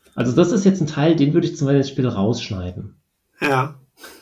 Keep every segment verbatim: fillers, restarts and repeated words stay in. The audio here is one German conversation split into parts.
Also das ist jetzt ein Teil, den würde ich zum Beispiel rausschneiden. Ja.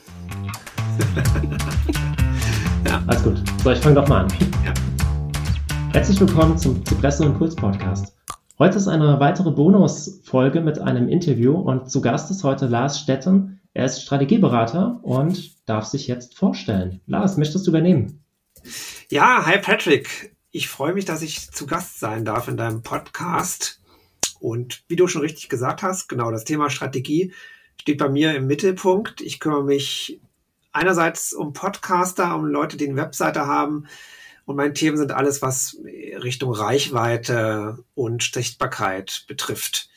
Ja. Alles gut. So, ich fange doch mal an. Ja. Herzlich willkommen zum Cipresso Impuls Podcast. Heute ist eine weitere Bonusfolge mit einem Interview und zu Gast ist heute Lars Stetten. Er ist Strategieberater und darf sich jetzt vorstellen. Lars, möchtest du übernehmen? Ja, hi Patrick. Ich freue mich, dass ich zu Gast sein darf in deinem Podcast. Und wie du schon richtig gesagt hast, genau, das Thema Strategie steht bei mir im Mittelpunkt. Ich kümmere mich einerseits um Podcaster, um Leute, die eine Webseite haben. Und meine Themen sind alles, was Richtung Reichweite und Sichtbarkeit betrifft.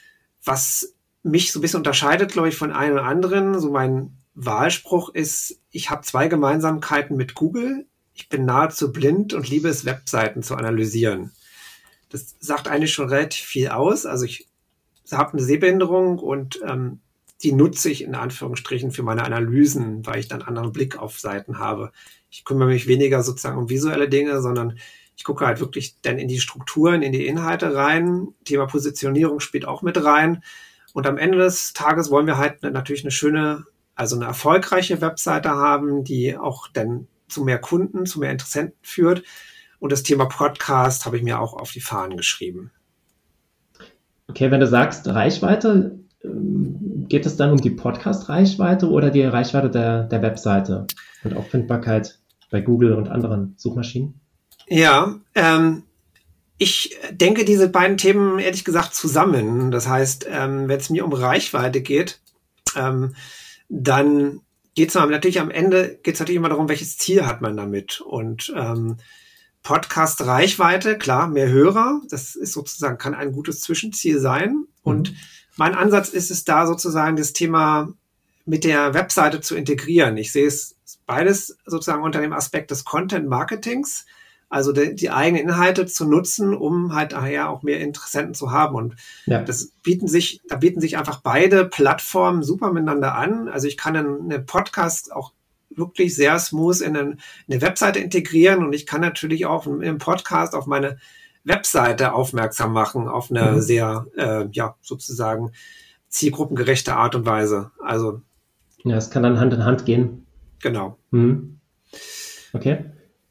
Was mich so ein bisschen unterscheidet, glaube ich, von einem oder anderen, so mein Wahlspruch ist, ich habe zwei Gemeinsamkeiten mit Google. Ich bin nahezu blind und liebe es, Webseiten zu analysieren. Das sagt eigentlich schon relativ viel aus. Also ich habe eine Sehbehinderung und ähm, die nutze ich in Anführungsstrichen für meine Analysen, weil ich dann einen anderen Blick auf Seiten habe. Ich kümmere mich weniger sozusagen um visuelle Dinge, sondern ich gucke halt wirklich dann in die Strukturen, in die Inhalte rein. Thema Positionierung spielt auch mit rein. Und am Ende des Tages wollen wir halt natürlich eine schöne, also eine erfolgreiche Webseite haben, die auch dann zu mehr Kunden, zu mehr Interessenten führt. Und das Thema Podcast habe ich mir auch auf die Fahnen geschrieben. Okay, wenn du sagst Reichweite, geht es dann um die Podcast-Reichweite oder die Reichweite der, der Webseite und Auffindbarkeit bei Google und anderen Suchmaschinen? Ja, ähm, ich denke diese beiden Themen ehrlich gesagt zusammen. Das heißt, ähm, wenn es mir um Reichweite geht, ähm, dann geht es natürlich am Ende, geht es natürlich immer darum, welches Ziel hat man damit. Und ähm, Podcast-Reichweite, klar, mehr Hörer, das ist sozusagen, kann ein gutes Zwischenziel sein. Und mhm. mein Ansatz ist es da sozusagen, das Thema mit der Webseite zu integrieren. Ich sehe es beides sozusagen unter dem Aspekt des Content-Marketings, also die, die eigenen Inhalte zu nutzen, um halt daher auch mehr Interessenten zu haben. Und ja. das bieten sich, da bieten sich einfach beide Plattformen super miteinander an. Also ich kann einen, einen Podcast auch wirklich sehr smooth in eine, eine Webseite integrieren und ich kann natürlich auch im Podcast auf meine Webseite aufmerksam machen, auf eine mhm. sehr, äh, ja, sozusagen zielgruppengerechte Art und Weise. Also. Ja, es kann dann Hand in Hand gehen. Genau. Mhm. Okay.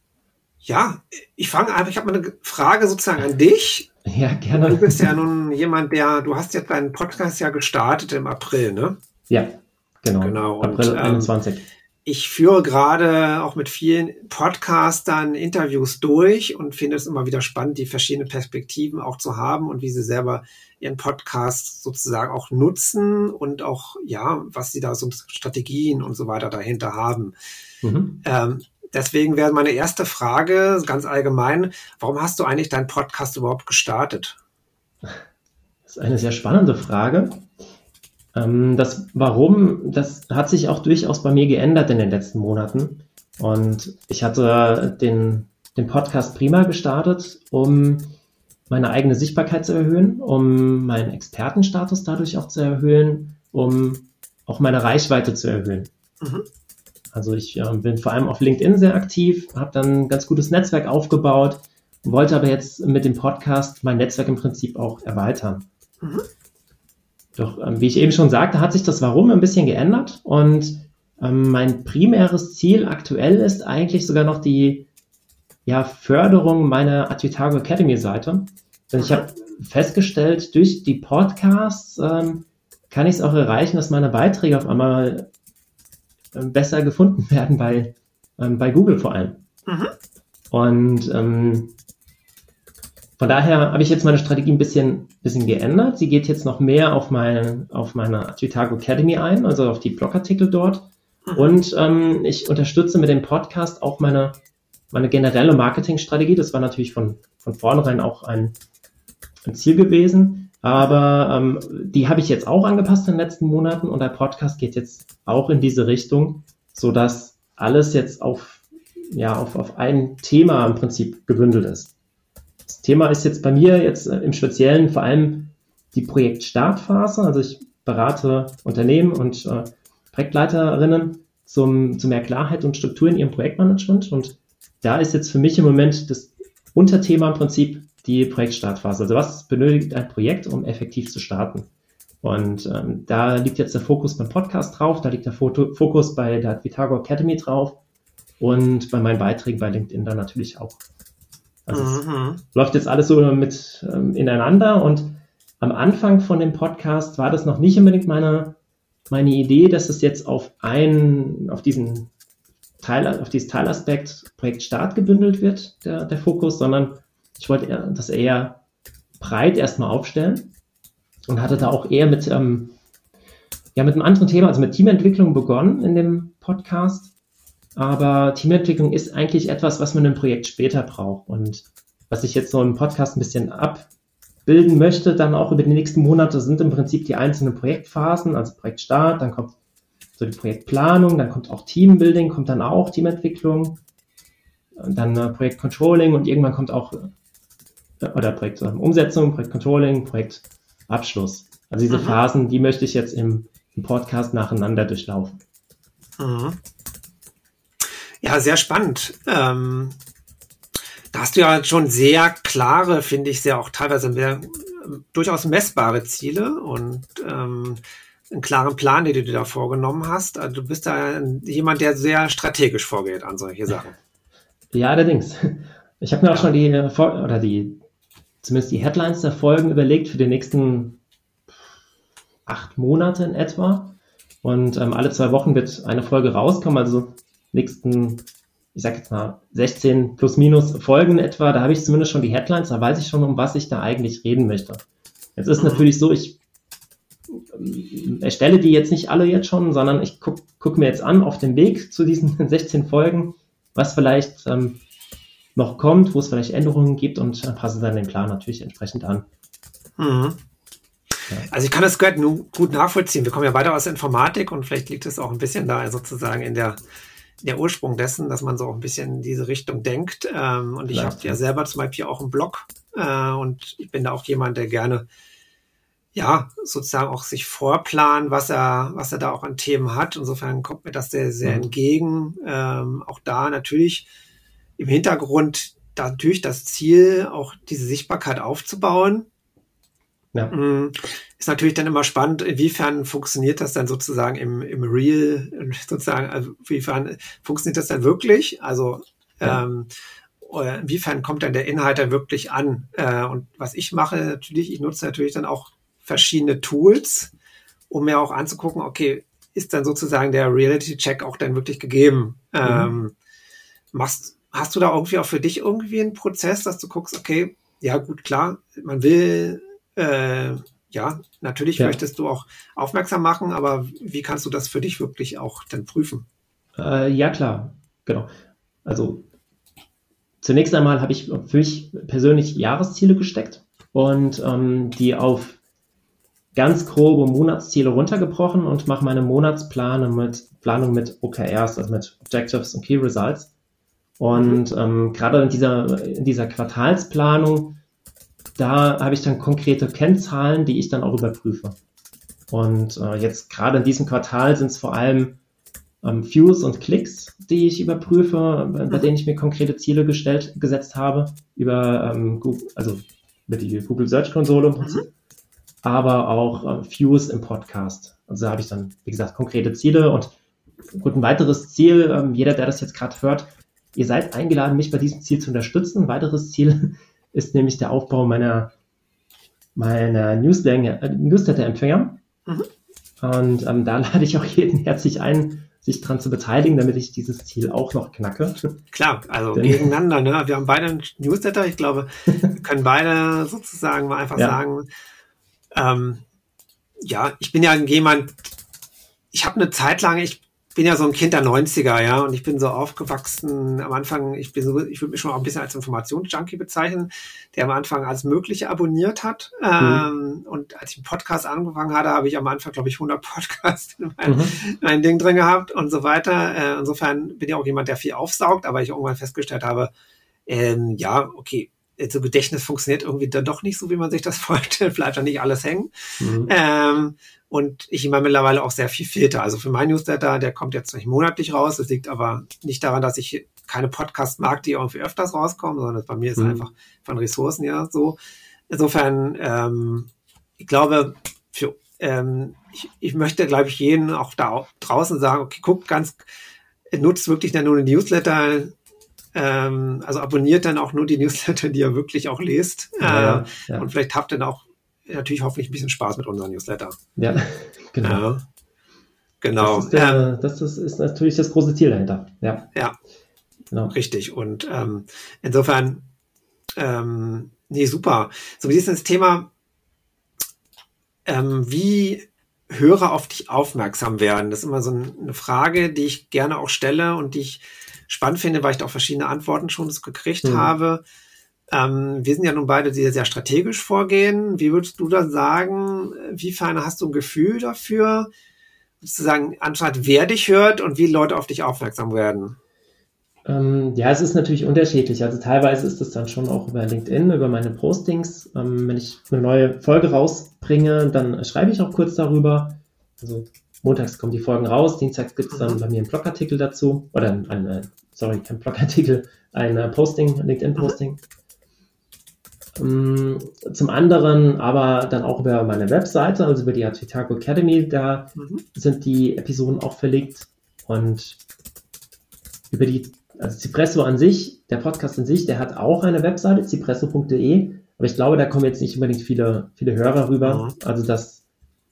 Ja, ich fange an, ich habe mal eine Frage sozusagen an dich. Ja, gerne. Du bist ja nun jemand, der, du hast jetzt deinen Podcast ja gestartet im April, ne? Ja, genau. Genau. April und, einundzwanzig. Ähm, ich führe gerade auch mit vielen Podcastern Interviews durch und finde es immer wieder spannend, die verschiedenen Perspektiven auch zu haben und wie sie selber ihren Podcast sozusagen auch nutzen und auch, ja, was sie da so Strategien und so weiter dahinter haben. Mhm. Ähm, deswegen wäre meine erste Frage ganz allgemein, warum hast du eigentlich deinen Podcast überhaupt gestartet? Das ist eine sehr spannende Frage. Das Warum, das hat sich auch durchaus bei mir geändert in den letzten Monaten. Und ich hatte den, den Podcast prima gestartet, um meine eigene Sichtbarkeit zu erhöhen, um meinen Expertenstatus dadurch auch zu erhöhen, um auch meine Reichweite zu erhöhen. Mhm. Also ich äh, bin vor allem auf LinkedIn sehr aktiv, habe dann ein ganz gutes Netzwerk aufgebaut, wollte aber jetzt mit dem Podcast mein Netzwerk im Prinzip auch erweitern. Mhm. Doch, ähm, wie ich eben schon sagte, hat sich das Warum ein bisschen geändert und ähm, mein primäres Ziel aktuell ist eigentlich sogar noch die ja, Förderung meiner Advitago Academy Seite. Denn ich habe festgestellt, durch die Podcasts ähm, kann ich es auch erreichen, dass meine Beiträge auf einmal ähm, besser gefunden werden bei, ähm, bei Google vor allem. Mhm. Und ähm, von daher habe ich jetzt meine Strategie ein bisschen, bisschen geändert. Sie geht jetzt noch mehr auf, mein, auf meine Advitago Academy ein, also auf die Blogartikel dort. Mhm. Und ähm, ich unterstütze mit dem Podcast auch meine, meine generelle Marketingstrategie. Das war natürlich von, von vornherein auch ein, ein Ziel gewesen. Aber ähm, die habe ich jetzt auch angepasst in den letzten Monaten und der Podcast geht jetzt auch in diese Richtung, sodass alles jetzt auf, ja, auf, auf ein Thema im Prinzip gebündelt ist. Das Thema ist jetzt bei mir jetzt im Speziellen vor allem die Projektstartphase. Also ich berate Unternehmen und äh, Projektleiterinnen zum, zu mehr Klarheit und Struktur in ihrem Projektmanagement. Und da ist jetzt für mich im Moment das Unterthema im Prinzip die Projektstartphase. Also was benötigt ein Projekt, um effektiv zu starten? Und ähm, da liegt jetzt der Fokus beim Podcast drauf, da liegt der Foto- Fokus bei der Advitago Academy drauf und bei meinen Beiträgen bei LinkedIn dann natürlich auch. Also mhm. es läuft jetzt alles so mit ähm, ineinander und am Anfang von dem Podcast war das noch nicht unbedingt meine, meine Idee, dass es jetzt auf einen, auf diesen Teil, auf dieses Teilaspekt Projekt Start gebündelt wird, der, der Fokus, sondern ich wollte eher, das eher breit erstmal aufstellen und hatte da auch eher mit, ähm, ja, mit einem anderen Thema, also mit Teamentwicklung begonnen in dem Podcast. Aber Teamentwicklung ist eigentlich etwas, was man im Projekt später braucht und was ich jetzt so im Podcast ein bisschen abbilden möchte, dann auch über die nächsten Monate, sind im Prinzip die einzelnen Projektphasen, also Projektstart, dann kommt so die Projektplanung, dann kommt auch Teambuilding, kommt dann auch Teamentwicklung, dann äh, Projektcontrolling und irgendwann kommt auch, äh, oder Projektumsetzung, Projektcontrolling, Projektabschluss. Also diese mhm. Phasen, die möchte ich jetzt im, im Podcast nacheinander durchlaufen. Mhm. Ja, sehr spannend. Ähm, da hast du ja schon sehr klare, finde ich, sehr auch teilweise mehr, durchaus messbare Ziele und ähm, einen klaren Plan, den du dir da vorgenommen hast. Also du bist da jemand, der sehr strategisch vorgeht an solche Sachen. Ja, allerdings. Ich habe mir auch ja. schon die, oder die, zumindest die Headlines der Folgen überlegt für die nächsten acht Monate in etwa. Und ähm, alle zwei Wochen wird eine Folge rauskommen, also nächsten, ich sag jetzt mal, sechzehn plus minus Folgen etwa, da habe ich zumindest schon die Headlines, da weiß ich schon, um was ich da eigentlich reden möchte. Jetzt ist mhm. natürlich so, ich erstelle die jetzt nicht alle jetzt schon, sondern ich gucke guck mir jetzt an auf dem Weg zu diesen sechzehn Folgen, was vielleicht ähm, noch kommt, wo es vielleicht Änderungen gibt und äh, passe dann den Plan natürlich entsprechend an. Mhm. Ja. Also ich kann das gut nachvollziehen. Wir kommen ja beide aus der Informatik und vielleicht liegt es auch ein bisschen da sozusagen in der, der Ursprung dessen, dass man so auch ein bisschen in diese Richtung denkt. Ähm, und ich habe ja selber zum Beispiel auch einen Blog äh, und ich bin da auch jemand, der gerne ja, sozusagen auch sich vorplanen, was er, was er da auch an Themen hat. Insofern kommt mir das sehr, sehr mhm. entgegen. Ähm, auch da natürlich im Hintergrund da natürlich das Ziel, auch diese Sichtbarkeit aufzubauen. Ja. Ist natürlich dann immer spannend, inwiefern funktioniert das dann sozusagen im, im Real, sozusagen, also inwiefern funktioniert das dann wirklich? Also, ja. ähm, inwiefern kommt dann der Inhalt dann wirklich an? Äh, und was ich mache natürlich, ich nutze natürlich dann auch verschiedene Tools, um mir auch anzugucken, okay, ist dann sozusagen der Reality-Check auch dann wirklich gegeben? Mhm. Ähm, machst, hast du da irgendwie auch für dich irgendwie einen Prozess, dass du guckst, okay, ja gut, klar, man will, äh, ja, natürlich ja. möchtest du auch aufmerksam machen, aber wie kannst du das für dich wirklich auch dann prüfen? Äh, ja, klar, genau. Also zunächst einmal habe ich für mich persönlich Jahresziele gesteckt und ähm, die auf ganz grobe Monatsziele runtergebrochen und mache meine Monatsplanung mit Planung mit O K Rs, also mit Objectives und Key Results. Und mhm. ähm, gerade in dieser, in dieser Quartalsplanung, da habe ich dann konkrete Kennzahlen, die ich dann auch überprüfe. Und äh, jetzt gerade in diesem Quartal sind es vor allem ähm, Views und Klicks, die ich überprüfe, bei, bei denen ich mir konkrete Ziele gestellt, gesetzt habe, über ähm, Google, also über die Google Search Konsole im Prinzip. Mhm. aber auch äh, Views im Podcast. Also da habe ich dann, wie gesagt, konkrete Ziele und gut, ein weiteres Ziel, ähm, jeder, der das jetzt gerade hört, ihr seid eingeladen, mich bei diesem Ziel zu unterstützen. Ein weiteres Ziel ist nämlich der Aufbau meiner, meiner Newsletter, äh, Newsletter-Empfänger. Mhm. Und ähm, da lade ich auch jeden herzlich ein, sich dran zu beteiligen, damit ich dieses Ziel auch noch knacke. Klar, also Denn, gegeneinander. Ne? Wir haben beide einen Newsletter. Ich glaube, wir können beide sozusagen mal einfach ja. sagen, ähm, ja, ich bin ja jemand, ich habe eine Zeit lang, ich bin ja so ein Kind der neunziger, ja, und ich bin so aufgewachsen am Anfang, ich bin so, ich würde mich schon auch ein bisschen als Informationsjunkie bezeichnen, der am Anfang alles Mögliche abonniert hat. Mhm. Ähm, und als ich einen Podcast angefangen hatte, habe ich am Anfang, glaube ich, hundert Podcasts in mein, mhm. mein Ding drin gehabt und so weiter. Äh, insofern bin ich auch jemand, der viel aufsaugt, aber ich irgendwann festgestellt habe, ähm, ja, okay, so Gedächtnis funktioniert irgendwie dann doch nicht so, wie man sich das vorstellt, bleibt da nicht alles hängen. Mhm. Ähm, und ich immer mittlerweile auch sehr viel filter. Also für meinen Newsletter, der kommt jetzt nicht monatlich raus. Das liegt aber nicht daran, dass ich keine Podcasts mag, die irgendwie öfters rauskommen, sondern bei mir ist mhm. einfach von Ressourcen ja so. Insofern, ähm, ich glaube, für ähm, ich, ich möchte, glaube ich, jeden auch da draußen sagen, okay, guck ganz, nutzt wirklich dann nur eine Newsletter, ähm, also abonniert dann auch nur die Newsletter, die ihr wirklich auch lest. Ja, Äh, ja, ja. Und vielleicht habt ihr dann auch natürlich hoffentlich ein bisschen Spaß mit unseren Newsletter. Ja, genau. Ja, genau. Das ist, der, Ähm, das ist, ist natürlich das große Ziel dahinter. Ja, ja, genau. richtig. Und ähm, insofern, ähm, nee, super. So, wie ist denn das Thema, ähm, wie Hörer auf dich aufmerksam werden? Das ist immer so eine Frage, die ich gerne auch stelle und die ich spannend finde, weil ich da auch verschiedene Antworten schon gekriegt Mhm. habe. Ähm, wir sind ja nun beide, die sehr strategisch vorgehen. Wie würdest du da sagen, wiefern hast du ein Gefühl dafür, sozusagen, anstatt wer dich hört und wie Leute auf dich aufmerksam werden? Ähm, ja, es ist natürlich unterschiedlich. Also teilweise ist es dann schon auch über LinkedIn, über meine Postings. Ähm, wenn ich eine neue Folge rausbringe, dann schreibe ich auch kurz darüber. Also montags kommen die Folgen raus, dienstags gibt es dann Mhm. bei mir einen Blogartikel dazu. Oder ein, ein sorry, kein Blogartikel, ein äh, Posting, LinkedIn-Posting. Ähm, zum anderen aber dann auch über meine Webseite, also über die Advitaco Academy, da Mhm. sind die Episoden auch verlinkt. Und über die, also Cipresso an sich, der Podcast an sich, der hat auch eine Webseite, cipresso punkt de, aber ich glaube, da kommen jetzt nicht unbedingt viele, viele Hörer rüber. Mhm. Also das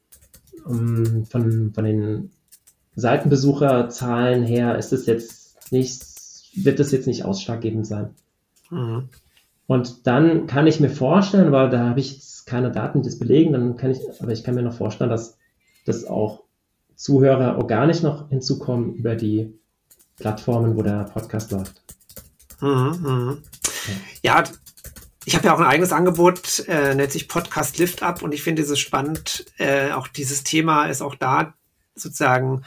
um, von, von den Seitenbesucherzahlen her ist es jetzt nicht, wird das jetzt nicht ausschlaggebend sein. Mhm. Und dann kann ich mir vorstellen, weil da habe ich jetzt keine Daten, die das belegen, dann kann ich, aber ich kann mir noch vorstellen, dass das auch Zuhörer organisch noch hinzukommen über die Plattformen, wo der Podcast läuft. Mhm. Mhm. Ja, ich habe ja auch ein eigenes Angebot, äh, nennt sich Podcast Lift Up, und ich finde es spannend, äh, auch dieses Thema ist auch da sozusagen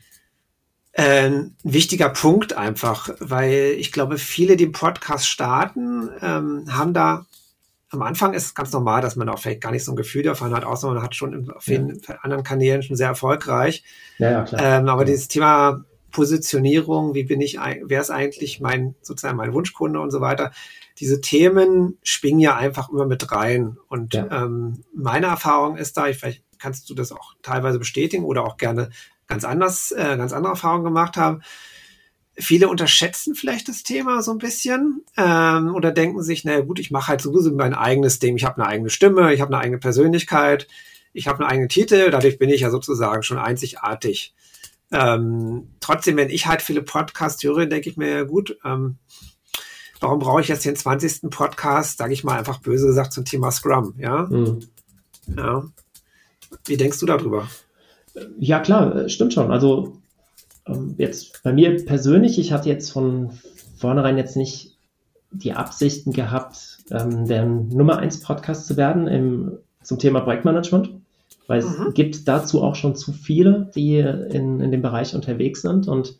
äh, ein wichtiger Punkt einfach, weil ich glaube, viele, die einen Podcast starten, ähm, haben da, am Anfang ist es ganz normal, dass man auch vielleicht gar nicht so ein Gefühl davon hat, außer man hat schon auf Ja. vielen anderen Kanälen schon sehr erfolgreich. Ja, ja, klar. Ähm, aber Genau. dieses Thema Positionierung, wie bin ich, ein- wer ist eigentlich mein, sozusagen mein Wunschkunde und so weiter, diese Themen schwingen ja einfach immer mit rein. Und Ja. ähm, meine Erfahrung ist da, ich, vielleicht kannst du das auch teilweise bestätigen oder auch gerne ganz anders, äh, ganz andere Erfahrungen gemacht haben. Viele unterschätzen vielleicht das Thema so ein bisschen ähm, oder denken sich, naja gut, ich mache halt sowieso mein eigenes Ding. Ich habe eine eigene Stimme, ich habe eine eigene Persönlichkeit, ich habe einen eigenen Titel, dadurch bin ich ja sozusagen schon einzigartig. Ähm, trotzdem, wenn ich halt viele Podcasts höre, denke ich mir, ja gut, ähm, warum brauche ich jetzt den zwanzigsten Podcast, sage ich mal einfach böse gesagt, zum Thema Scrum, ja? Mhm. Ja. Wie denkst du darüber? Ja, klar, stimmt schon. Also ähm, jetzt bei mir persönlich, ich hatte jetzt von vornherein jetzt nicht die Absichten gehabt, ähm, der Nummer eins Podcast zu werden im, zum Thema Projektmanagement, weil es Mhm. gibt dazu auch schon zu viele, die in, in dem Bereich unterwegs sind, und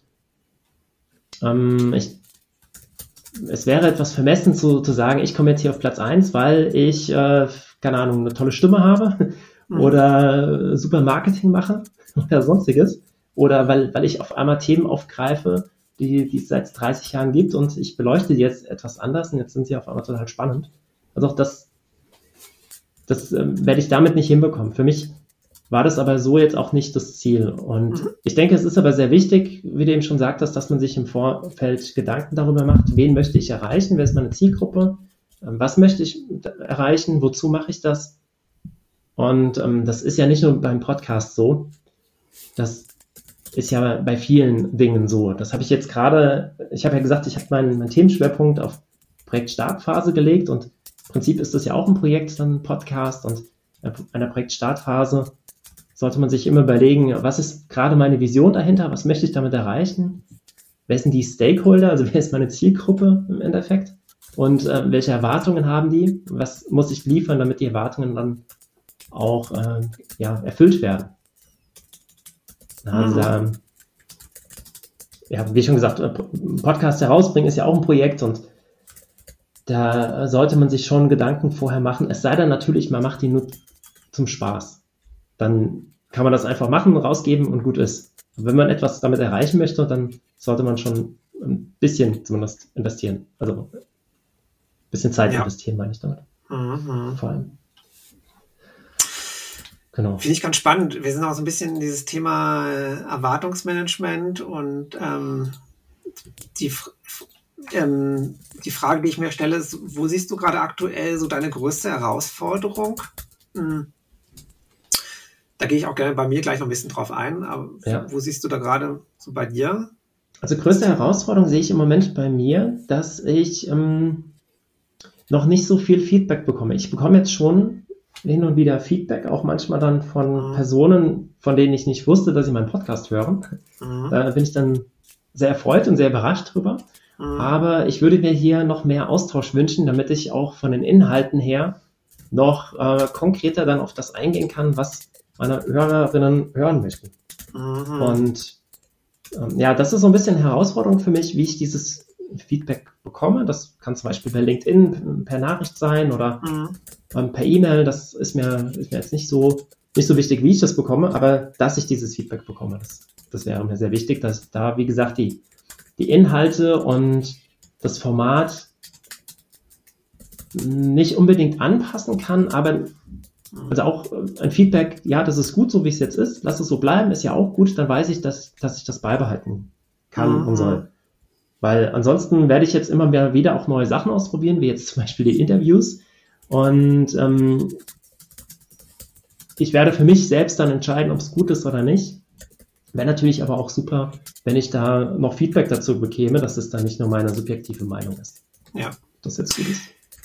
ähm, ich, es wäre etwas vermessen zu, zu sagen, ich komme jetzt hier auf Platz eins, weil ich, äh, keine Ahnung, eine tolle Stimme habe Mhm. oder super Marketing mache oder sonstiges, oder weil, weil ich auf einmal Themen aufgreife, die, die es seit dreißig Jahren gibt, und ich beleuchte die jetzt etwas anders und jetzt sind sie auf einmal total spannend. Also auch das, das ähm, werde ich damit nicht hinbekommen. Für mich war das aber so jetzt auch nicht das Ziel. Und Mhm. ich denke, es ist aber sehr wichtig, wie du eben schon sagtest, dass man sich im Vorfeld Gedanken darüber macht, wen möchte ich erreichen, wer ist meine Zielgruppe, ähm, was möchte ich erreichen, wozu mache ich das? Und ähm, das ist ja nicht nur beim Podcast so, das ist ja bei vielen Dingen so. Das habe ich jetzt gerade, ich habe ja gesagt, ich habe meinen, meinen Themenschwerpunkt auf Projektstartphase gelegt, und im Prinzip ist das ja auch ein Projekt, dann ein Podcast, und in einer Projektstartphase sollte man sich immer überlegen, was ist gerade meine Vision dahinter, was möchte ich damit erreichen, wer sind die Stakeholder, also wer ist meine Zielgruppe im Endeffekt, und äh, welche Erwartungen haben die, was muss ich liefern, damit die Erwartungen dann auch äh, ja, erfüllt werden. Also, Mhm. ja, wie schon gesagt, Podcast herausbringen ist ja auch ein Projekt, und da sollte man sich schon Gedanken vorher machen. Es sei denn natürlich, man macht die nur zum Spaß. Dann kann man das einfach machen, rausgeben und gut ist. Und wenn man etwas damit erreichen möchte, dann sollte man schon ein bisschen zumindest investieren. Also ein bisschen Zeit Ja. investieren, meine ich damit. Mhm. Vor allem. Genau. Finde ich ganz spannend. Wir sind auch so ein bisschen in dieses Thema Erwartungsmanagement und ähm, die, ähm, die Frage, die ich mir stelle, ist, wo siehst du gerade aktuell so deine größte Herausforderung? Hm. Da gehe ich auch gerne bei mir gleich noch ein bisschen drauf ein. Aber Ja. wo siehst du da gerade so bei dir? Also größte Herausforderung sehe ich im Moment bei mir, dass ich ähm, noch nicht so viel Feedback bekomme. Ich bekomme jetzt schon hin und wieder Feedback, auch manchmal dann von Mhm. Personen, von denen ich nicht wusste, dass sie meinen Podcast hören. Mhm. Da bin ich dann sehr erfreut und sehr überrascht drüber. Mhm. Aber ich würde mir hier noch mehr Austausch wünschen, damit ich auch von den Inhalten her noch äh, konkreter dann auf das eingehen kann, was meine Hörerinnen hören möchten. Mhm. Und ähm, ja, das ist so ein bisschen eine Herausforderung für mich, wie ich dieses Feedback bekomme. Das kann zum Beispiel bei LinkedIn per Nachricht sein oder Mhm. ähm, per E-Mail. Das ist mir, ist mir jetzt nicht so, nicht so wichtig, wie ich das bekomme, aber dass ich dieses Feedback bekomme, das, das wäre mir sehr wichtig, dass da, wie gesagt, die, die Inhalte und das Format nicht unbedingt anpassen kann, aber also auch ein Feedback, ja, das ist gut, so wie es jetzt ist, lass es so bleiben, ist ja auch gut, dann weiß ich, dass, dass ich das beibehalten kann Mhm. und soll. Weil ansonsten werde ich jetzt immer mehr wieder auch neue Sachen ausprobieren, wie jetzt zum Beispiel die Interviews. Und ähm, ich werde für mich selbst dann entscheiden, ob es gut ist oder nicht. Wäre natürlich aber auch super, wenn ich da noch Feedback dazu bekäme, dass es dann nicht nur meine subjektive Meinung ist. Ja. Das jetzt gut ist.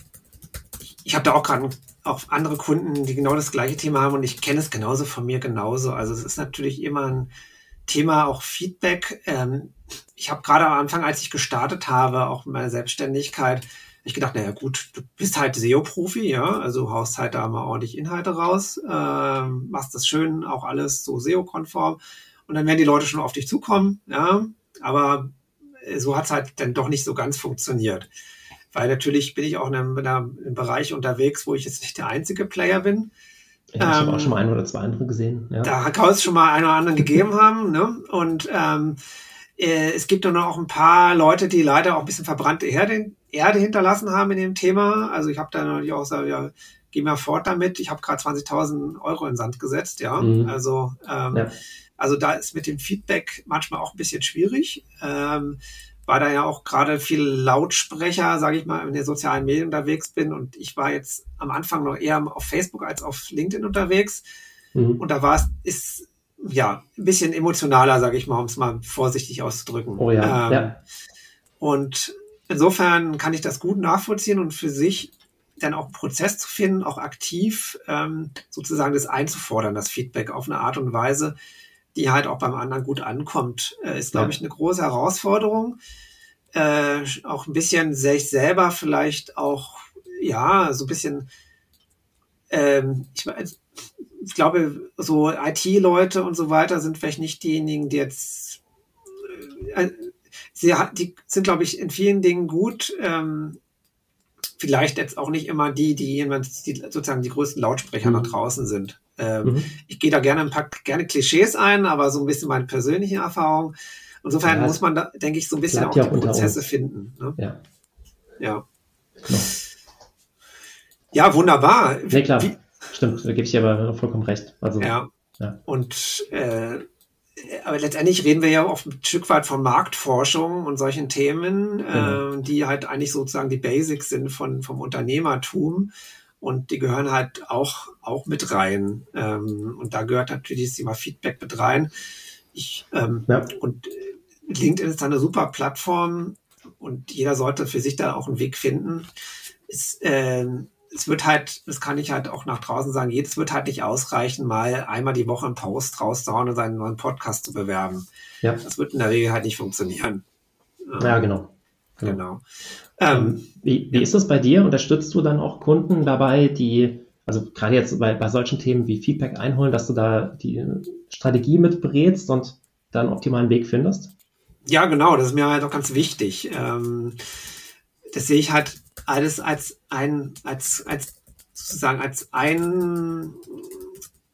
Ich habe da auch gerade auch andere Kunden, die genau das gleiche Thema haben und ich kenne es genauso von mir genauso. Also es ist natürlich immer ein Thema, auch Feedback. Ähm, ich habe gerade am Anfang, als ich gestartet habe, auch in meiner Selbstständigkeit, ich gedacht, naja gut, du bist halt S E O-Profi, ja, also haust halt da mal ordentlich Inhalte raus, ähm, machst das schön, auch alles so S E O-konform und dann werden die Leute schon auf dich zukommen, ja, aber so hat es halt dann doch nicht so ganz funktioniert. Weil natürlich bin ich auch in einem, in einem Bereich unterwegs, wo ich jetzt nicht der einzige Player bin. Ja, ich ähm, habe auch schon mal ein oder zwei andere gesehen. Ja. Da kann es schon mal einen oder anderen gegeben haben. Ne? Und ähm, äh, es gibt dann auch ein paar Leute, die leider auch ein bisschen verbrannte Erde, Erde hinterlassen haben in dem Thema. Also ich habe da natürlich auch gesagt, ja, geh mal fort damit. Ich habe gerade zwanzigtausend Euro in den Sand gesetzt. Ja, Mhm. also ähm, Ja. also da ist mit dem Feedback manchmal auch ein bisschen schwierig. Ähm, weil da ja auch gerade viel Lautsprecher, sage ich mal, in den sozialen Medien unterwegs bin. Und ich war jetzt am Anfang noch eher auf Facebook als auf LinkedIn unterwegs. Mhm. Und da war es, ist ja ein bisschen emotionaler, sage ich mal, um es mal vorsichtig auszudrücken. Oh ja, ähm, ja. Und insofern kann ich das gut nachvollziehen und für sich dann auch einen Prozess zu finden, auch aktiv ähm, sozusagen das einzufordern, das Feedback auf eine Art und Weise, die halt auch beim anderen gut ankommt, äh, ist, glaube Ja. ich, eine große Herausforderung. Äh, auch ein bisschen sich selber vielleicht auch, ja, so ein bisschen, ähm, ich, ich glaube, so I T-Leute und so weiter sind vielleicht nicht diejenigen, die jetzt, äh, sie, die sind, glaube ich, in vielen Dingen gut, ähm, vielleicht jetzt auch nicht immer die, die, die sozusagen die größten Lautsprecher Mhm. nach draußen sind. Ähm, Mhm. Ich gehe da gerne ein paar gerne Klischees ein, aber so ein bisschen meine persönliche Erfahrung. Insofern Ja, muss man da, denke ich, so ein bisschen bleibt auch ja die auch unter Prozesse uns. finden. Ne? Ja, Ja. genau. Ja, wunderbar. Nee, klar. Wie, Stimmt, da gebe ich dir aber vollkommen recht. Also, ja. ja. Und äh, aber letztendlich reden wir ja auch ein Stück weit von Marktforschung und solchen Themen, Genau. äh, die halt eigentlich sozusagen die Basics sind von, vom Unternehmertum. Und die gehören halt auch, auch mit rein. Ähm, und da gehört natürlich das Thema Feedback mit rein. Ich, ähm, Ja. und LinkedIn ist da eine super Plattform und jeder sollte für sich da auch einen Weg finden. Es, ähm, es wird halt, das kann ich halt auch nach draußen sagen, es wird halt nicht ausreichen, mal einmal die Woche einen Post rauszuhauen und seinen neuen Podcast zu bewerben. Ja. Das wird in der Regel halt nicht funktionieren. Ja, genau. Genau. genau. Ähm, Ähm, wie wie ja. ist das bei dir? Unterstützt du dann auch Kunden dabei, die, also gerade jetzt bei, bei solchen Themen wie Feedback einholen, dass du da die Strategie mit berätst und dann einen optimalen Weg findest? Ja, genau, das ist mir halt auch ganz wichtig. Ähm, das sehe ich halt alles als ein, als, als sozusagen als ein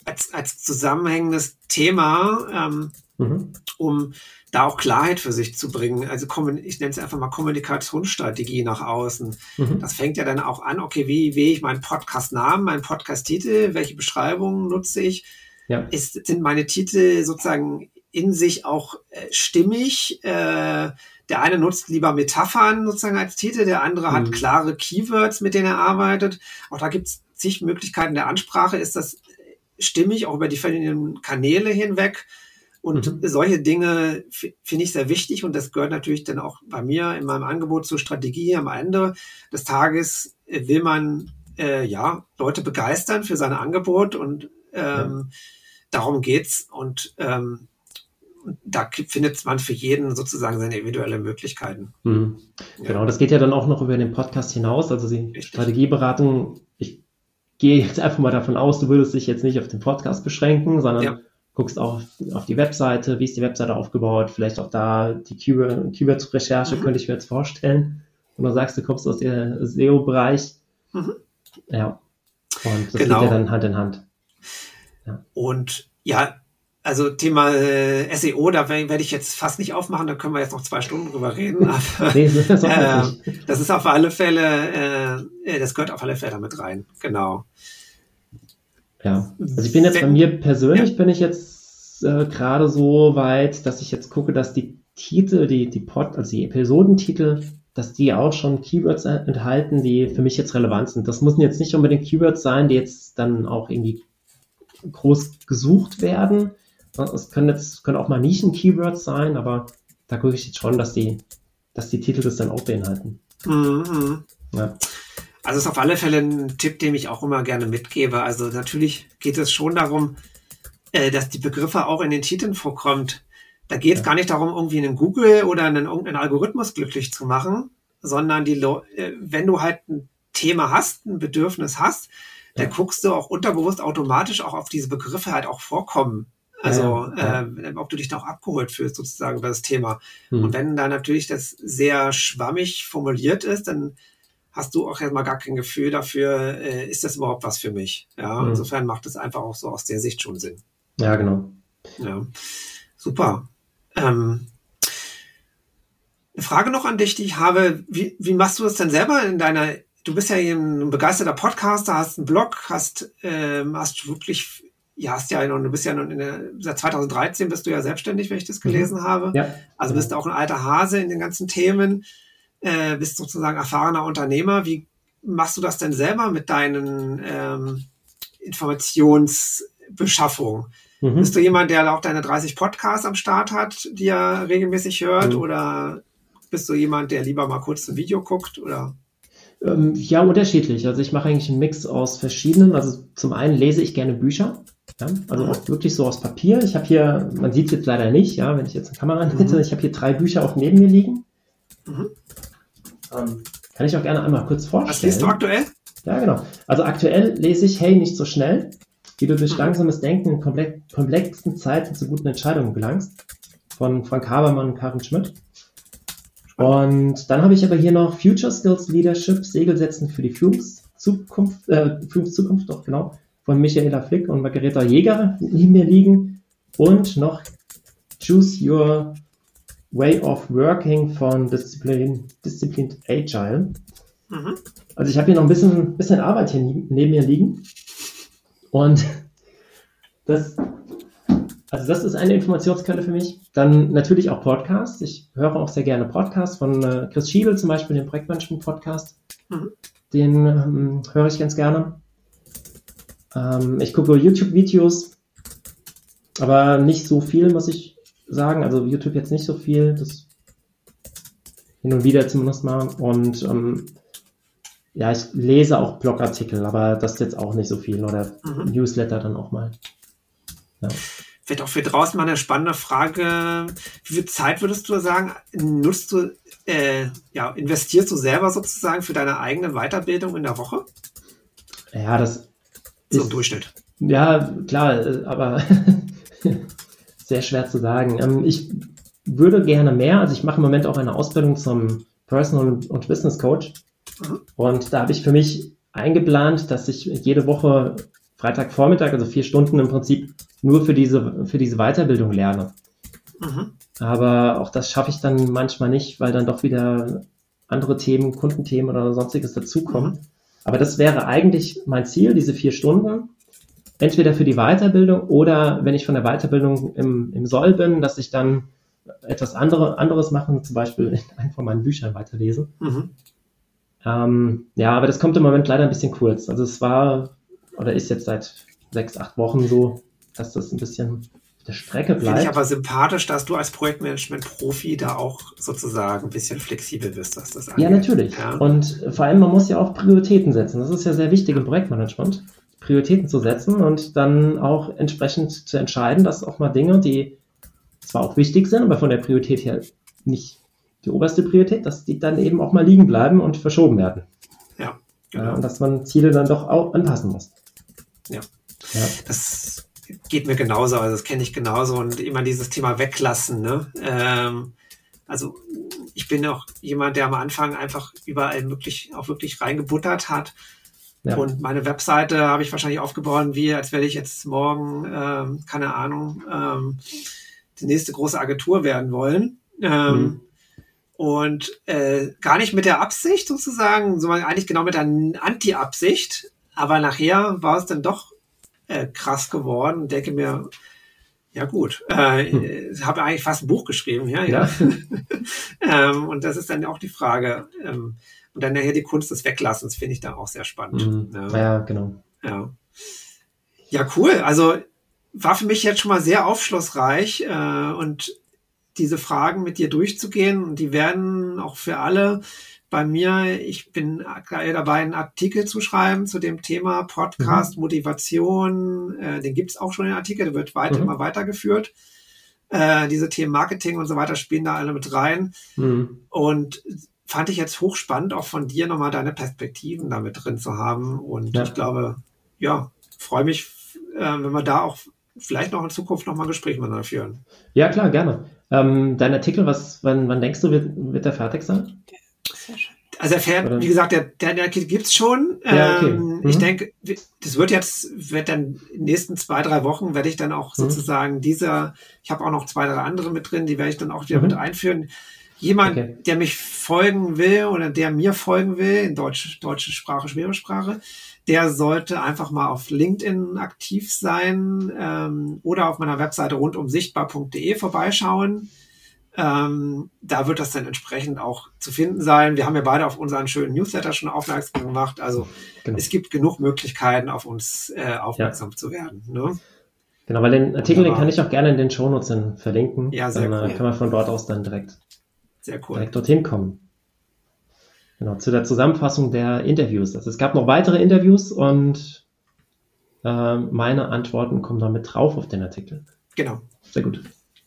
als, als zusammenhängendes Thema, ähm, mhm. um da auch Klarheit für sich zu bringen. Also ich nenne es einfach mal Kommunikationsstrategie nach außen. Mhm. Das fängt ja dann auch an, okay, wie wähle ich meinen Podcast-Namen, meinen Podcast-Titel, welche Beschreibungen nutze ich? Ja. Ist, sind meine Titel sozusagen in sich auch äh, stimmig? Äh, der eine nutzt lieber Metaphern sozusagen als Titel, der andere mhm. hat klare Keywords, mit denen er arbeitet. Auch da gibt es zig Möglichkeiten der Ansprache. Ist das stimmig, auch über die verschiedenen Kanäle hinweg? Und mhm. solche Dinge f- finde ich sehr wichtig und das gehört natürlich dann auch bei mir in meinem Angebot zur Strategie. Am Ende des Tages äh, will man äh, ja Leute begeistern für sein Angebot und ähm, ja. darum geht's. Und ähm, da findet man für jeden sozusagen seine individuelle Möglichkeiten. Mhm. Ja. Genau, das geht ja dann auch noch über den Podcast hinaus. Also die Richtig. Strategieberatung, ich gehe jetzt einfach mal davon aus, du würdest dich jetzt nicht auf den Podcast beschränken, sondern ja. guckst auch auf die Webseite, wie ist die Webseite aufgebaut, vielleicht auch da die Keyword- Keyword-Recherche, mhm. könnte ich mir jetzt vorstellen. Und du sagst, du kommst aus dem S E O-Bereich. Mhm. Ja, und das genau. geht ja dann Hand in Hand. Ja. Und ja, also Thema äh, S E O, da werde ich jetzt fast nicht aufmachen, da können wir jetzt noch zwei Stunden drüber reden. Aber, nee, das, ist äh, das ist auf alle Fälle, äh, das gehört auf alle Fälle damit rein, genau. Ja, also ich bin jetzt bei mir persönlich, ja. bin ich jetzt äh, gerade so weit, dass ich jetzt gucke, dass die Titel, die, die Pod, also die Episodentitel, dass die auch schon Keywords enthalten, die für mich jetzt relevant sind. Das müssen jetzt nicht unbedingt Keywords sein, die jetzt dann auch irgendwie groß gesucht werden. Es können jetzt, können auch mal Nischen-Keywords sein, aber da gucke ich jetzt schon, dass die, dass die Titel das dann auch beinhalten. Mhm. Ja. Also ist auf alle Fälle ein Tipp, den ich auch immer gerne mitgebe. Also natürlich geht es schon darum, äh, dass die Begriffe auch in den Titeln vorkommt. Da geht es ja. gar nicht darum, irgendwie einen Google oder einen irgendeinen Algorithmus glücklich zu machen, sondern die, äh, wenn du halt ein Thema hast, ein Bedürfnis hast, ja. dann guckst du auch unterbewusst automatisch auch auf diese Begriffe halt auch vorkommen. Also ja, ja. Äh, ob du dich da auch abgeholt fühlst sozusagen über das Thema. Hm. Und wenn da natürlich das sehr schwammig formuliert ist, dann hast du auch erstmal gar kein Gefühl dafür, äh, ist das überhaupt was für mich? Ja, mhm. insofern macht es einfach auch so aus der Sicht schon Sinn. Ja, genau. Ja, super. Ähm, eine Frage noch an dich, die ich habe. Wie, wie machst du das denn selber in deiner, du bist ja ein begeisterter Podcaster, hast einen Blog, hast, ähm, hast wirklich, ja, hast ja, du bist ja in der, seit zwanzig dreizehn bist du ja selbstständig, wenn ich das gelesen mhm. habe. Ja. Also bist du auch ein alter Hase in den ganzen Themen. Äh, bist sozusagen erfahrener Unternehmer. Wie machst du das denn selber mit deinen ähm, Informationsbeschaffung? Mhm. Bist du jemand, der auch deine dreißig Podcasts am Start hat, die er regelmäßig hört? Mhm. Oder bist du jemand, der lieber mal kurz ein Video guckt? Oder? Ähm, ja, unterschiedlich. Also ich mache eigentlich einen Mix aus verschiedenen. Also zum einen lese ich gerne Bücher. Ja? Also mhm. auch wirklich so aus Papier. Ich habe hier, man sieht es jetzt leider nicht, ja, wenn ich jetzt eine Kamera hätte, mhm. ich habe hier drei Bücher auch neben mir liegen. Mhm. Ähm, kann ich auch gerne einmal kurz vorstellen. Was liest du aktuell? Ja, genau. Also aktuell lese ich Hey, nicht so schnell, wie du durch mhm. langsames Denken in komplex- komplexen Zeiten zu guten Entscheidungen gelangst, von Frank Habermann und Karin Schmidt. Und dann habe ich aber hier noch Future Skills Leadership, Segel setzen für die Führungszukunft, äh, Führungszukunft, doch genau, von Michaela Flick und Margareta Jäger neben mir liegen. Und noch Choose Your Way of Working von Discipline, Disciplined Agile. Mhm. Also ich habe hier noch ein bisschen, bisschen Arbeit hier neben mir liegen. Und das, also das ist eine Informationsquelle für mich. Dann natürlich auch Podcasts. Ich höre auch sehr gerne Podcasts von äh, Chris Schiebel zum Beispiel, den Projektmanagement-Podcast. Mhm. Den ähm, höre ich ganz gerne. Ähm, ich gucke YouTube-Videos, aber nicht so viel, muss ich sagen. Also YouTube jetzt nicht so viel. Das hin und wieder zumindest mal. Und ähm, ja, ich lese auch Blogartikel, aber das ist jetzt auch nicht so viel. Oder mhm. Newsletter dann auch mal. Ja. Vielleicht auch für draußen mal eine spannende Frage. Wie viel Zeit würdest du sagen, nutzt du, äh, ja, investierst du selber sozusagen für deine eigene Weiterbildung in der Woche? Ja, das so ist, im Durchschnitt. Ja, klar, aber sehr schwer zu sagen. Ich würde gerne mehr, also ich mache im Moment auch eine Ausbildung zum Personal und Business Coach. Mhm. Und da habe ich für mich eingeplant, dass ich jede Woche Freitagvormittag, also vier Stunden im Prinzip nur für diese, für diese Weiterbildung lerne. Mhm. Aber auch das schaffe ich dann manchmal nicht, weil dann doch wieder andere Themen, Kundenthemen oder sonstiges dazukommen. Mhm. Aber das wäre eigentlich mein Ziel, diese vier Stunden, entweder für die Weiterbildung oder wenn ich von der Weiterbildung im, im Soll bin, dass ich dann etwas andere, anderes mache, zum Beispiel in einem von meinen Büchern weiterlese. Mhm. Ähm, ja, aber das kommt im Moment leider ein bisschen kurz. Also es war oder ist jetzt seit sechs, acht Wochen so, dass das ein bisschen auf der Strecke bleibt. Finde ich aber sympathisch, dass du als Projektmanagement-Profi da auch sozusagen ein bisschen flexibel bist, was das angeht. Ja, natürlich. Ja. Und vor allem, man muss ja auch Prioritäten setzen. Das ist ja sehr wichtig im Projektmanagement, Prioritäten zu setzen und dann auch entsprechend zu entscheiden, dass auch mal Dinge, die zwar auch wichtig sind, aber von der Priorität her nicht die oberste Priorität, dass die dann eben auch mal liegen bleiben und verschoben werden. Ja, genau. Ja, und dass man Ziele dann doch auch anpassen muss. Ja. ja, das geht mir genauso, also das kenne ich genauso und immer dieses Thema weglassen, ne? Ähm, also ich bin auch jemand, der am Anfang einfach überall wirklich auch wirklich reingebuttert hat ja. und meine Webseite habe ich wahrscheinlich aufgebaut, wie als werde ich jetzt morgen, ähm, keine Ahnung, ähm, die nächste große Agentur werden wollen. Ähm, mhm. Und äh, gar nicht mit der Absicht sozusagen, sondern eigentlich genau mit der Anti-Absicht. Aber nachher war es dann doch äh, krass geworden und denke mir, ja gut, äh, hm. ich habe eigentlich fast ein Buch geschrieben. Ja, ja. ja. ähm, und das ist dann auch die Frage. Ähm, und dann nachher die Kunst des Weglassens finde ich dann auch sehr spannend. Mhm. Ja. ja, genau. Ja. ja, cool. Also war für mich jetzt schon mal sehr aufschlussreich äh, und diese Fragen mit dir durchzugehen und die werden auch für alle bei mir, ich bin gerade dabei, einen Artikel zu schreiben zu dem Thema Podcast, mhm. Motivation, äh, den gibt's auch schon, den Artikel, der wird weiter, mhm. immer weitergeführt. Äh, diese Themen Marketing und so weiter spielen da alle mit rein mhm. und fand ich jetzt hochspannend, auch von dir nochmal deine Perspektiven damit drin zu haben und ja. ich glaube, ja, freue mich, äh, wenn wir da auch vielleicht noch in Zukunft nochmal Gespräche miteinander führen. Ja, klar, gerne. Ähm, dein Artikel, was, wann, wann denkst du, wird, wird der fertig sein? Sehr schön. Also er fährt, wie gesagt, der, der, der gibt's schon. Ja, okay. ähm, mhm. Ich denke, das wird jetzt, wird dann in den nächsten zwei, drei Wochen werde ich dann auch mhm. sozusagen dieser, ich habe auch noch zwei, drei andere mit drin, die werde ich dann auch wieder mhm. mit einführen. Jemand, okay. der mich folgen will oder der mir folgen will, in Deutsch, deutsche Sprache, schwere Sprache, der sollte einfach mal auf LinkedIn aktiv sein ähm, oder auf meiner Webseite rundumsichtbar punkt de vorbeischauen. Ähm, da wird das dann entsprechend auch zu finden sein. Wir haben ja beide auf unseren schönen Newsletter schon aufmerksam gemacht. Also genau. es gibt genug Möglichkeiten, auf uns äh, aufmerksam ja. zu werden. Ne? Genau, weil den Artikel, den kann ich auch gerne in den Shownotes verlinken. Ja, sehr dann cool. kann man von dort aus dann direkt, sehr cool. direkt dorthin kommen. Genau, zu der Zusammenfassung der Interviews. Also es gab noch weitere Interviews und äh, meine Antworten kommen da mit drauf auf den Artikel. Genau. Sehr gut.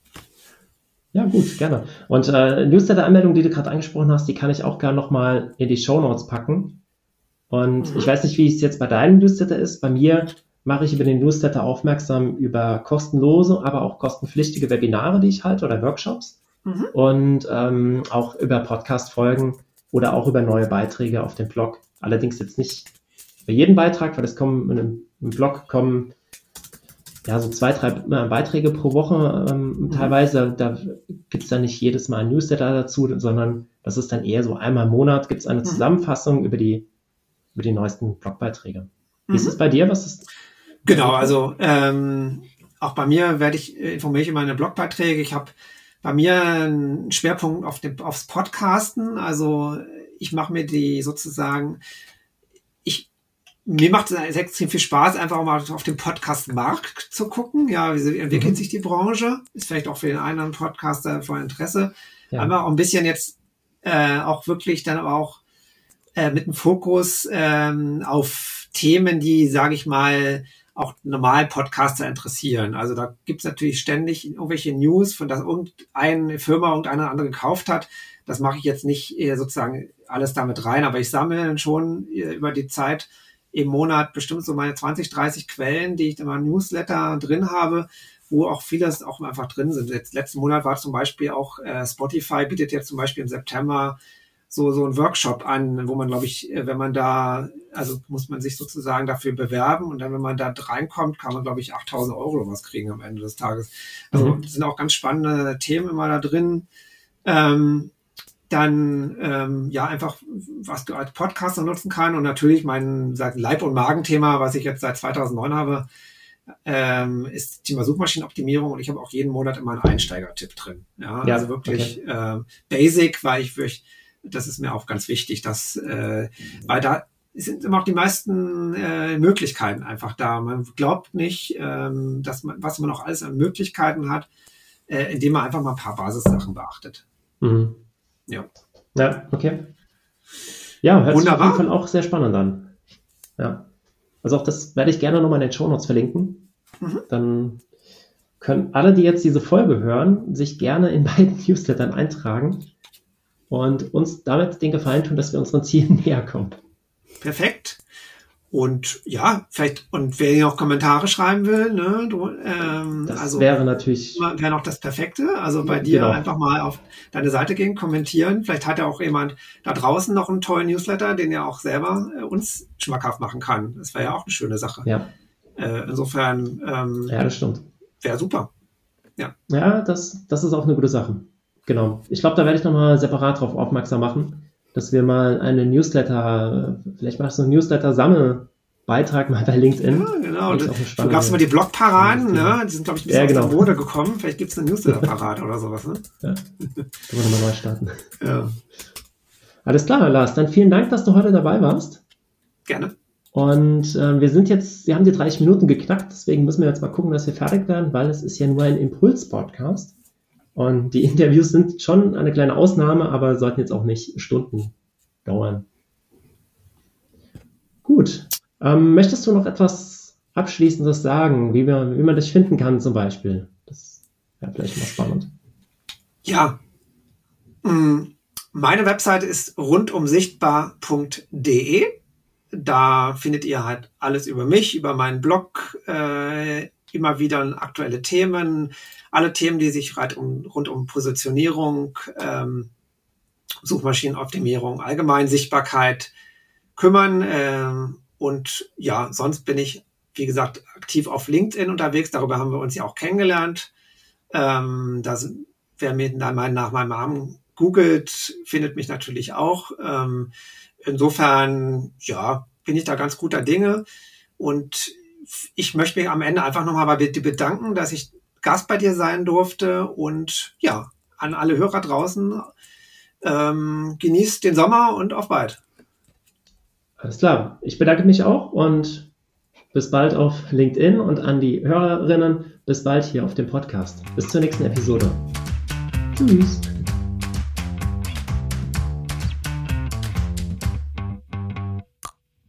Ja, gut, gerne. Und äh, Newsletter-Anmeldung, die du gerade angesprochen hast, die kann ich auch gerne nochmal in die Shownotes packen. Und mhm. ich weiß nicht, wie es jetzt bei deinem Newsletter ist. Bei mir mache ich über den Newsletter aufmerksam über kostenlose, aber auch kostenpflichtige Webinare, die ich halte oder Workshops. Mhm. Und ähm, auch über Podcast-Folgen oder auch über neue Beiträge auf dem Blog. Allerdings jetzt nicht bei jedem Beitrag, weil es kommen in einem, im Blog kommen ja so zwei, drei Beiträge pro Woche ähm, mhm. teilweise. Da gibt es dann nicht jedes Mal ein Newsletter dazu, sondern das ist dann eher so einmal im Monat gibt es eine mhm. Zusammenfassung über die über die neuesten Blogbeiträge. Wie mhm. ist es bei dir? Was ist? Genau, also ähm, auch bei mir werde ich informiere ich über meine Blogbeiträge. Ich habe bei mir einen Schwerpunkt auf dem, aufs Podcasten. Also ich mache mir die sozusagen, ich, mir macht es extrem viel Spaß, einfach auch mal auf den Podcast-Markt zu gucken. Ja, wie entwickelt mhm. sich die Branche? Ist vielleicht auch für den einen oder anderen Podcaster von Interesse. Ja. Aber auch ein bisschen jetzt äh, auch wirklich dann aber auch äh, mit dem Fokus ähm, auf Themen, die, sage ich mal, auch normal Podcaster interessieren. Also da gibt's natürlich ständig irgendwelche News, von dass irgendeine Firma irgendeine andere gekauft hat. Das mache ich jetzt nicht äh, sozusagen alles damit rein, aber ich sammle dann schon äh, über die Zeit im Monat bestimmt so meine zwanzig, dreißig Quellen, die ich in meinem Newsletter drin habe, wo auch vieles auch einfach drin sind. Jetzt letzten Monat war zum Beispiel auch äh, Spotify bietet jetzt zum Beispiel im September so, so ein Workshop an, wo man, glaube ich, wenn man da, also muss man sich sozusagen dafür bewerben und dann, wenn man da reinkommt, kann man, glaube ich, achttausend Euro oder was kriegen am Ende des Tages. Also mhm. sind auch ganz spannende Themen immer da drin. Ähm, dann, ähm, ja, einfach, was du als Podcaster nutzen kann und natürlich mein Leib- und Magenthema, was ich jetzt seit zweitausendneun habe, ähm, ist Thema Suchmaschinenoptimierung und ich habe auch jeden Monat immer einen Einsteiger-Tipp drin. Ja, ja, also wirklich okay. äh, basic, weil ich wirklich, das ist mir auch ganz wichtig, dass, äh, weil da sind immer auch die meisten äh, Möglichkeiten einfach da. Man glaubt nicht, ähm, dass man, was man auch alles an Möglichkeiten hat, äh, indem man einfach mal ein paar Basissachen beachtet. Mhm. Ja. Ja, okay. Ja, hört Wunderbar. sich auf jeden Fall auch sehr spannend an. Ja. Also auch das werde ich gerne nochmal in den Shownotes verlinken. Mhm. Dann können alle, die jetzt diese Folge hören, sich gerne in beiden Newslettern eintragen und uns damit den Gefallen tun, dass wir unseren Zielen näher kommen. Perfekt. Und ja, vielleicht, und wer noch Kommentare schreiben will, ne, du, ähm, das also wäre natürlich wäre noch das Perfekte. Also bei dir genau. einfach mal auf deine Seite gehen, kommentieren. Vielleicht hat ja auch jemand da draußen noch einen tollen Newsletter, den er auch selber äh, uns schmackhaft machen kann. Das wäre ja auch eine schöne Sache. Ja. Äh, insofern ähm, ja, das stimmt. Wäre super. Ja, ja das, das ist auch eine gute Sache. Genau. Ich glaube, da werde ich nochmal separat drauf aufmerksam machen, dass wir mal eine Newsletter, vielleicht machst du einen Newsletter-Sammelbeitrag mal bei LinkedIn. Ja, genau. Du gab's mal die Blogparaden, ne? Die sind, glaube ich, ein bisschen ja, genau. aus der Mode gekommen. Vielleicht gibt es eine Newsletter-Parade oder sowas, ne? Ja. Können wir nochmal neu starten. Ja. Alles klar, Lars. Dann vielen Dank, dass du heute dabei warst. Gerne. Und äh, wir sind jetzt, wir haben die dreißig Minuten geknackt, deswegen müssen wir jetzt mal gucken, dass wir fertig werden, weil es ist ja nur ein Impuls-Podcast. Und die Interviews sind schon eine kleine Ausnahme, aber sollten jetzt auch nicht Stunden dauern. Gut. Ähm, möchtest du noch etwas Abschließendes sagen, wie, wir, wie man dich finden kann zum Beispiel? Das wäre vielleicht mal spannend. Ja. Meine Webseite ist rundumsichtbar punkt de. Da findet ihr halt alles über mich, über meinen Blog, äh, immer wieder aktuelle Themen, alle Themen, die sich rund um, rund um Positionierung, ähm, Suchmaschinenoptimierung, allgemein Sichtbarkeit kümmern. Ähm, und ja, sonst bin ich, wie gesagt, aktiv auf LinkedIn unterwegs. Darüber haben wir uns ja auch kennengelernt. Ähm, das, wer mir nach meinem Namen googelt, findet mich natürlich auch. Ähm, insofern, ja, bin ich da ganz guter Dinge. Und ich möchte mich am Ende einfach nochmal bei dir bedanken, dass ich Gast bei dir sein durfte. Und ja, an alle Hörer draußen, ähm, genießt den Sommer und auf bald. Alles klar. Ich bedanke mich auch und bis bald auf LinkedIn und an die Hörerinnen, bis bald hier auf dem Podcast. Bis zur nächsten Episode. Tschüss.